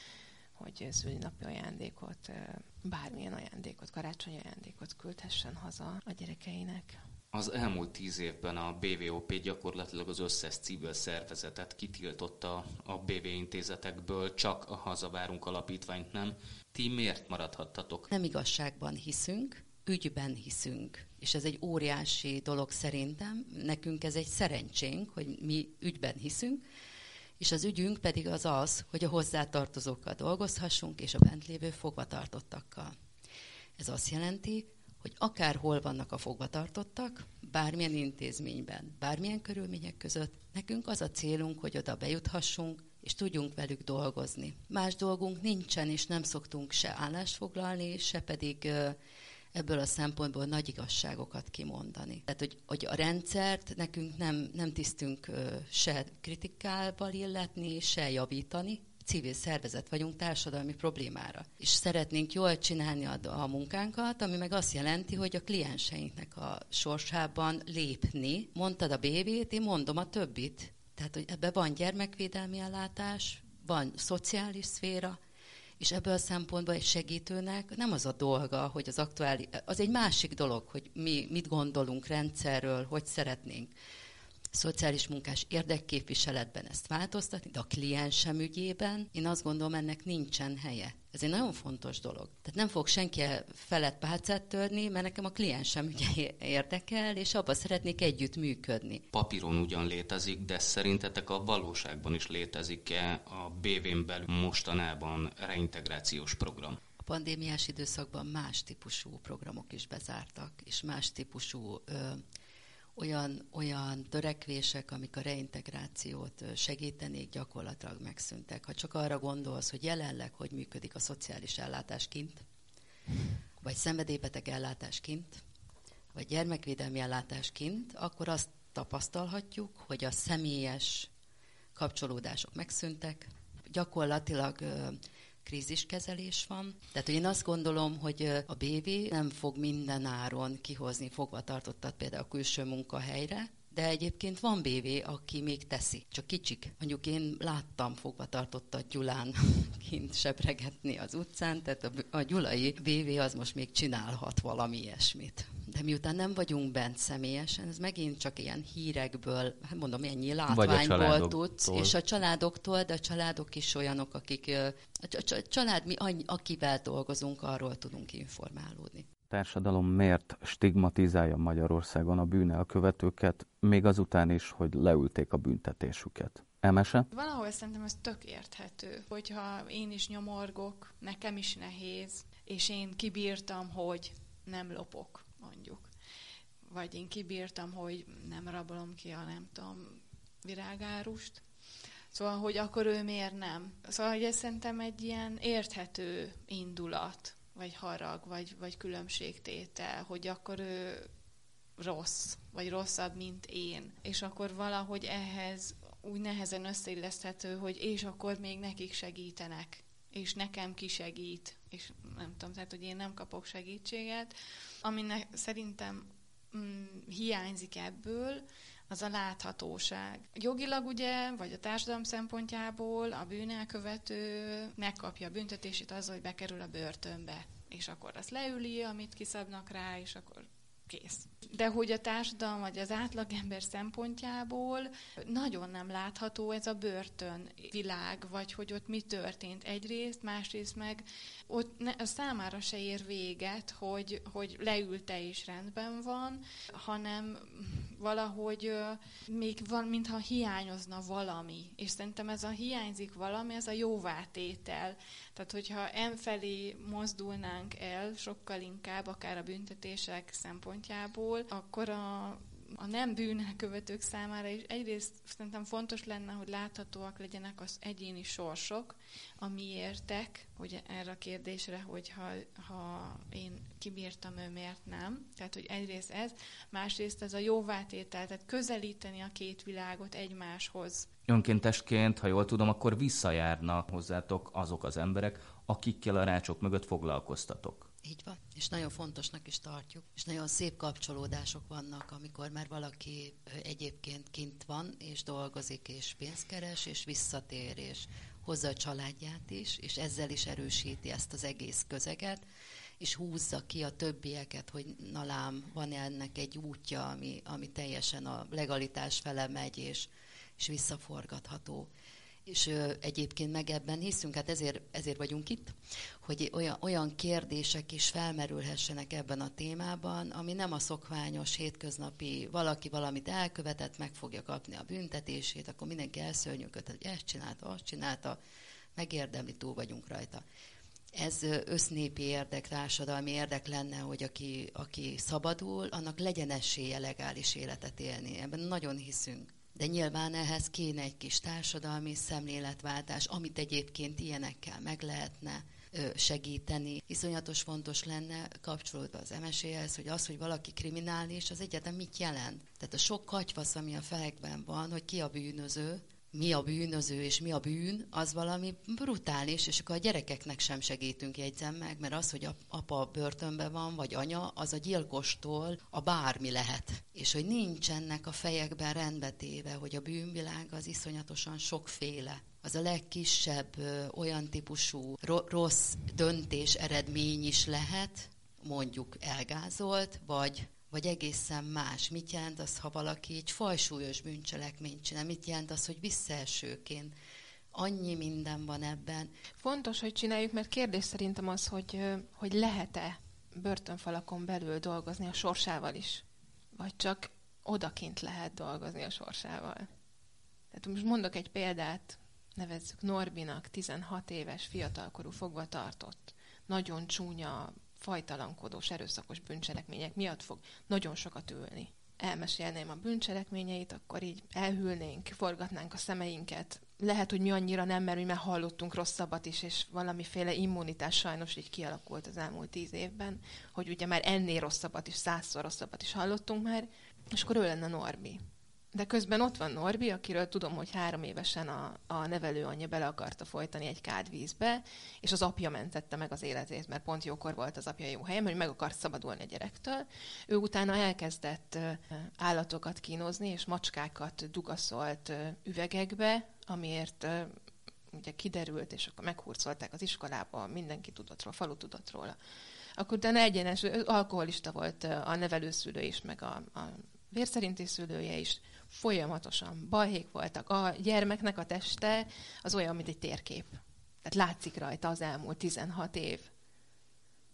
hogy szülinapi ajándékot, bármilyen ajándékot, karácsonyi ajándékot küldhessen haza a gyerekeinek. Az elmúlt 10 évben a BVOP gyakorlatilag az összes civil szervezetet kitiltotta a BV intézetekből, csak a Hazavárunk alapítványt nem. Ti miért maradhattatok? Nem igazságban hiszünk, ügyben hiszünk. És ez egy óriási dolog szerintem. Nekünk ez egy szerencsénk, hogy mi ügyben hiszünk, és az ügyünk pedig az, hogy a hozzátartozókkal dolgozhassunk, és a bent lévő fogvatartottakkal. Ez azt jelenti, hogy akárhol vannak a fogvatartottak, bármilyen intézményben, bármilyen körülmények között, nekünk az a célunk, hogy oda bejuthassunk, és tudjunk velük dolgozni. Más dolgunk nincsen, és nem szoktunk se állást foglalni, se pedig ebből a szempontból nagy igazságokat kimondani. Tehát, hogy a rendszert nekünk nem tisztünk se kritikával illetni, se javítani. Civil szervezet vagyunk társadalmi problémára. És szeretnénk jól csinálni a munkánkat, ami meg azt jelenti, hogy a klienseinknek a sorsában lépni. Mondtad a BV-t, én mondom a többit. Tehát, hogy ebben van gyermekvédelmi ellátás, van szociális szféra, és ebből a szempontból egy segítőnek nem az a dolga, hogy az egy másik dolog, hogy mi mit gondolunk rendszerről, hogy szeretnénk szociális munkás érdekképviseletben ezt változtatni, de a kliensem ügyében én azt gondolom, ennek nincsen helye. Ez egy nagyon fontos dolog. Tehát nem fog senki felett pálcát törni, mert nekem a kliensem ügye érdekel, és abban szeretnék együtt működni. Papíron ugyan létezik, de szerintetek a valóságban is létezik-e a BV-n belül mostanában reintegrációs program? A pandémiás időszakban más típusú programok is bezártak, és más típusú olyan törekvések, amik a reintegrációt segítenék, gyakorlatilag megszűntek. Ha csak arra gondolsz, hogy jelenleg hogy működik a szociális ellátás kint, vagy szenvedélybeteg ellátás kint, vagy gyermekvédelmi ellátás kint, akkor azt tapasztalhatjuk, hogy a személyes kapcsolódások megszűntek, gyakorlatilag kríziskezelés van. Tehát, hogy én azt gondolom, hogy a BV nem fog minden áron kihozni fogvatartottat például a külső munkahelyre, de egyébként van BV, aki még teszi, csak kicsik. Mondjuk én láttam fogvatartottat Gyulán kint sebregetni az utcán, tehát a gyulai BV az most még csinálhat valami ilyesmit. De miután nem vagyunk bent személyesen, ez megint csak ilyen hírekből, hát mondom, ennyi látványból tudsz, és a családoktól, de a családok is olyanok, akik, a család, akivel dolgozunk, arról tudunk informálódni. társadalom miért stigmatizálja Magyarországon a bűnelkövetőket, még azután is, hogy leülték a büntetésüket? Emese? Valahol szerintem ez tök érthető, hogyha én is nyomorgok, nekem is nehéz, és én kibírtam, hogy nem lopok, mondjuk. Vagy én kibírtam, hogy nem rabolom ki a, nem tudom, virágárust. Szóval, hogy akkor ő miért nem? Szóval, hogy ez szerintem egy ilyen érthető indulat, vagy harag, vagy különbségtétel, hogy akkor ő rossz, vagy rosszabb, mint én. És akkor valahogy ehhez úgy nehezen összeilleszthető, hogy és akkor még nekik segítenek, és nekem ki segít, és nem tudom, tehát, hogy én nem kapok segítséget. Aminek szerintem hiányzik ebből, az a láthatóság. Jogilag ugye, vagy a társadalom szempontjából a bűnelkövető megkapja a büntetését azzal, hogy bekerül a börtönbe, és akkor azt leüli, amit kiszabnak rá, és akkor kész. De hogy a társadalom vagy az átlagember szempontjából nagyon nem látható ez a börtön világ, vagy hogy ott mi történt egyrészt, másrészt meg ott számára se ér véget, hogy leülte és rendben van, hanem valahogy még van, mintha hiányozna valami. És szerintem ez a hiányzik valami, ez a jóvátétel. Tehát, hogyha enfelé mozdulnánk el sokkal inkább, akár a büntetések szempontjából, akkor a nem bűnelkövetők számára is egyrészt szerintem fontos lenne, hogy láthatóak legyenek az egyéni sorsok, a miértek, hogy erre a kérdésre, hogy ha én kibírtam, ő miért nem. Tehát, hogy egyrészt ez, másrészt ez a jóvátétel, tehát közelíteni a két világot egymáshoz. Önkéntesként, ha jól tudom, akkor visszajárnak hozzátok azok az emberek, akikkel a rácsok mögött foglalkoztatok. Így van, és nagyon fontosnak is tartjuk, és nagyon szép kapcsolódások vannak, amikor már valaki egyébként kint van, és dolgozik, és pénzt keres, és visszatér, és hozza a családját is, és ezzel is erősíti ezt az egész közeget, és húzza ki a többieket, hogy na lám, van ennek egy útja, ami teljesen a legalitás fele megy, és visszaforgatható. És egyébként meg ebben hiszünk, hát ezért vagyunk itt, hogy olyan kérdések is felmerülhessenek ebben a témában, ami nem a szokványos, hétköznapi, valaki valamit elkövetett, meg fogja kapni a büntetését, akkor mindenki elszörnyűköd, hogy ezt csinálta, azt csinálta, megérdemli, túl vagyunk rajta. Ez össznépi érdek, társadalmi érdek lenne, hogy aki szabadul, annak legyen esélye legális életet élni. Ebben nagyon hiszünk. De nyilván ehhez kéne egy kis társadalmi szemléletváltás, amit egyébként ilyenekkel meg lehetne segíteni. Iszonyatos fontos lenne kapcsolódva az MSZ-hez, hogy az, hogy valaki kriminális, az egyáltalán mit jelent. Tehát a sok katyvasz, ami a fejekben van, hogy ki a bűnöző, mi a bűnöző és mi a bűn, az valami brutális, és akkor a gyerekeknek sem segítünk, jegyzem meg, mert az, hogy apa börtönben van, vagy anya, az a gyilkostól a bármi lehet. És hogy nincsenek a fejekben rendbetéve, hogy a bűnvilág az iszonyatosan sokféle. Az a legkisebb olyan típusú rossz döntés eredmény is lehet, mondjuk elgázolt, vagy egészen más. Mit jelent az, ha valaki egy fajsúlyos bűncselekményt csinál? Mit jelent az, hogy visszaesőként? Annyi minden van ebben. Fontos, hogy csináljuk, mert kérdés szerintem az, hogy lehet-e börtönfalakon belül dolgozni a sorsával is? Vagy csak odakint lehet dolgozni a sorsával? Tehát most mondok egy példát, nevezzük Norbinak, 16 éves fiatalkorú fogvatartott. Nagyon csúnya, fajtalankodós, erőszakos bűncselekmények miatt fog nagyon sokat ülni. Elmesélném a bűncselekményeit, akkor így elhűlnénk, forgatnánk a szemeinket. Lehet, hogy mi annyira nem, mert mi már hallottunk rosszabbat is, és valamiféle immunitás sajnos így kialakult az elmúlt 10 évben, hogy ugye már ennél rosszabbat is, 100-szor rosszabbat is hallottunk már, és akkor ő lenne Norbi. De közben ott van Norbi, akiről tudom, hogy 3 évesen a nevelőanyja bele akarta folytani egy kádvízbe, és az apja mentette meg az életét, mert pont jókor volt az apja jó helyen, hogy meg akart szabadulni a gyerektől. Ő utána elkezdett állatokat kínozni, és macskákat dugaszolt üvegekbe, amiért ugye kiderült, és akkor meghurcolták az iskolába, mindenki tudott róla, falu tudott róla. Akkor utána egyenes, alkoholista volt a nevelőszülő is, meg a vérszerinti szülője is, folyamatosan balhék voltak. A gyermeknek a teste az olyan, mint egy térkép. Tehát látszik rajta az elmúlt 16 év.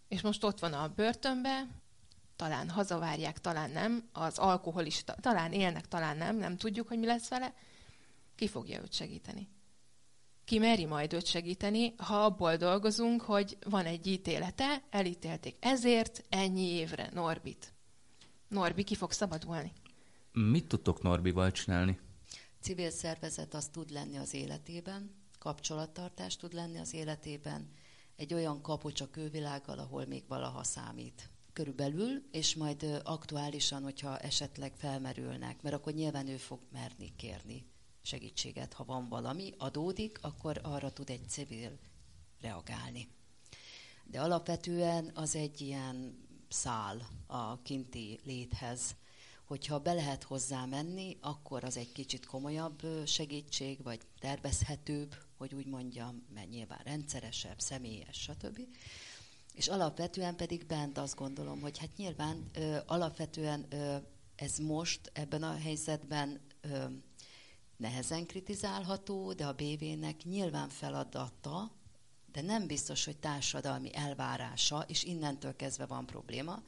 És most ott van a börtönbe, talán hazavárják, talán nem, az alkoholista, talán élnek, talán nem tudjuk, hogy mi lesz vele. Ki fogja őt segíteni? Ki meri majd őt segíteni, ha abból dolgozunk, hogy van egy ítélete, elítélték ezért ennyi évre Norbit. Norbi ki fog szabadulni. Mit tudtok Norbival csinálni? Civil szervezet az tud lenni az életében, kapcsolattartás tud lenni az életében, egy olyan kapocs a külvilággal, ahol még valaha számít. Körülbelül, és majd aktuálisan, hogyha esetleg felmerülnek, mert akkor nyilván ő fog merni kérni segítséget, ha van valami, adódik, akkor arra tud egy civil reagálni. De alapvetően az egy ilyen szál a kinti léthez, hogyha be lehet hozzá menni, akkor az egy kicsit komolyabb segítség, vagy tervezhetőbb, hogy úgy mondjam, mert nyilván rendszeresebb, személyes, stb. És alapvetően pedig bent azt gondolom, hogy hát nyilván alapvetően ez most ebben a helyzetben nehezen kritizálható, de a BV-nek nyilván feladata, de nem biztos, hogy társadalmi elvárása, és innentől kezdve van probléma,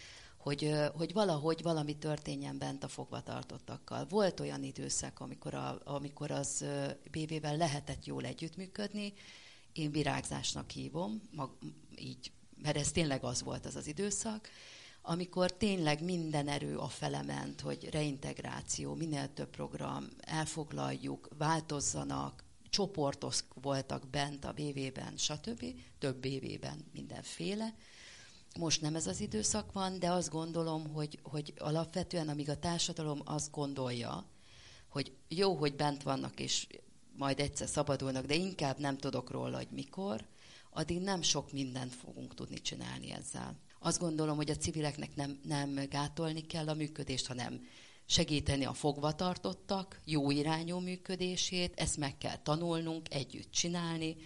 hogy valahogy valami történjen bent a fogvatartottakkal. Volt olyan időszak, amikor az BV-vel lehetett jól együttműködni, én virágzásnak hívom, így, mert ez tényleg az volt az időszak, amikor tényleg minden erő afele ment, hogy reintegráció, minél több program, elfoglaljuk, változzanak, csoportok voltak bent a BV-ben, stb., több BV-ben mindenféle. Most nem ez az időszak van, de azt gondolom, hogy alapvetően, amíg a társadalom azt gondolja, hogy jó, hogy bent vannak, és majd egyszer szabadulnak, de inkább nem tudok róla, hogy mikor, addig nem sok mindent fogunk tudni csinálni ezzel. Azt gondolom, hogy a civileknek nem gátolni kell a működést, hanem segíteni a fogvatartottak jó irányú működését, ezt meg kell tanulnunk, együtt csinálni,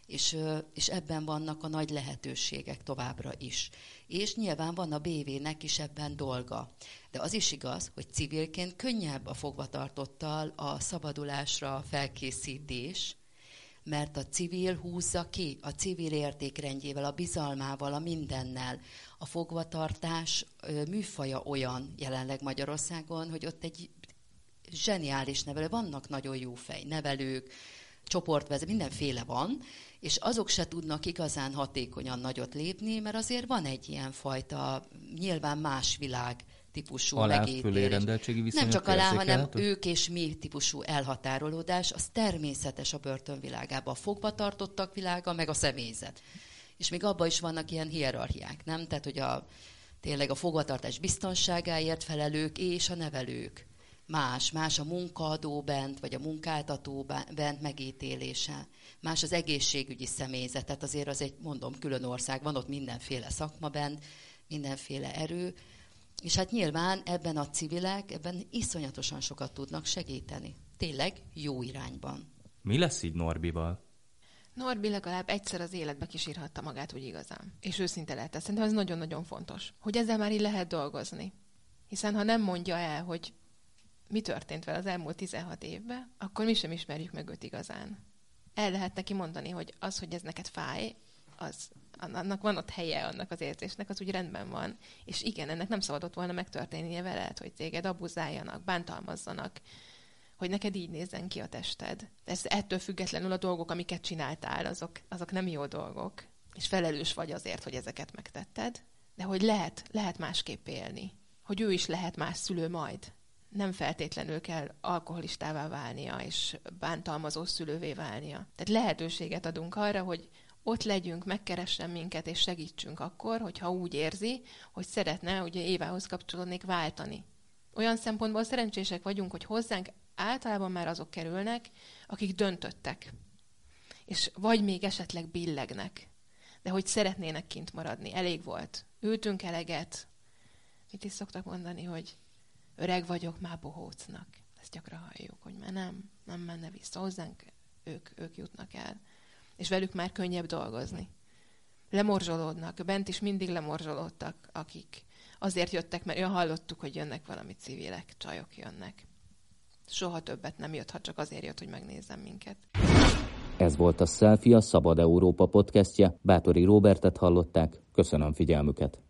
és ebben vannak a nagy lehetőségek továbbra is. És nyilván van a BV-nek is ebben dolga. De az is igaz, hogy civilként könnyebb a fogvatartottal a szabadulásra felkészítés, mert a civil húzza ki, a civil értékrendjével, a bizalmával, a mindennel. A fogvatartás műfaja olyan jelenleg Magyarországon, hogy ott egy zseniális nevelő, vannak nagyon jó nevelők, csoportvezetők, mindenféle van, és azok se tudnak igazán hatékonyan nagyot lépni, mert azért van egy ilyen fajta, nyilván más világ típusú megítélés. Nem csak alá, hanem ők és mi típusú elhatárolódás, az természetes a börtönvilágában, a fogvatartottak világa, meg a személyzet. És még abban is vannak ilyen hierarchiák, nem? Tehát, hogy tényleg a fogvatartás biztonságáért felelők és a nevelők. Más a munkaadó bent, vagy a munkáltató bent megítélése. Más az egészségügyi személyzet, tehát azért az egy, mondom, külön ország, van ott mindenféle szakma bent, mindenféle erő, és hát nyilván ebben a civilek, ebben iszonyatosan sokat tudnak segíteni. Tényleg jó irányban. Mi lesz így Norbival? Norbi legalább egyszer az életbe kisírhatta magát úgy igazán. És őszinte lehet. Szerintem ez nagyon-nagyon fontos, hogy ezzel már így lehet dolgozni. Hiszen ha nem mondja el, hogy mi történt vele az elmúlt 16 évben, akkor mi sem ismerjük meg őt igazán. El lehet neki mondani, hogy az, hogy ez neked fáj, annak van ott helye, annak az érzésnek, az úgy rendben van. És igen, ennek nem szabadott volna megtörténnie veled, hogy téged abuzáljanak, bántalmazzanak, hogy neked így nézzen ki a tested. De ettől függetlenül a dolgok, amiket csináltál, azok nem jó dolgok. És felelős vagy azért, hogy ezeket megtetted, de hogy lehet másképp élni. Hogy ő is lehet más szülő majd. Nem feltétlenül kell alkoholistává válnia, és bántalmazó szülővé válnia. Tehát lehetőséget adunk arra, hogy ott legyünk, megkeressen minket, és segítsünk akkor, hogyha úgy érzi, hogy szeretne, ugye Évához kapcsolódnék, váltani. Olyan szempontból szerencsések vagyunk, hogy hozzánk általában már azok kerülnek, akik döntöttek. És vagy még esetleg billegnek, de hogy szeretnének kint maradni. Elég volt. Ültünk eleget. Mit is szoktak mondani, hogy öreg vagyok, már bohócnak. Ezt gyakran halljuk, hogy már nem menne vissza. Hozzánk ők jutnak el. És velük már könnyebb dolgozni. Lemorzsolódnak. Bent is mindig lemorzsolódtak, akik azért jöttek, mert hallottuk, hogy jönnek valami civilek, csajok jönnek. Soha többet nem jött, ha csak azért jött, hogy megnézzem minket. Ez volt a Selfie, a Szabad Európa podcastje. Báthori Róbertet hallották. Köszönöm figyelmüket.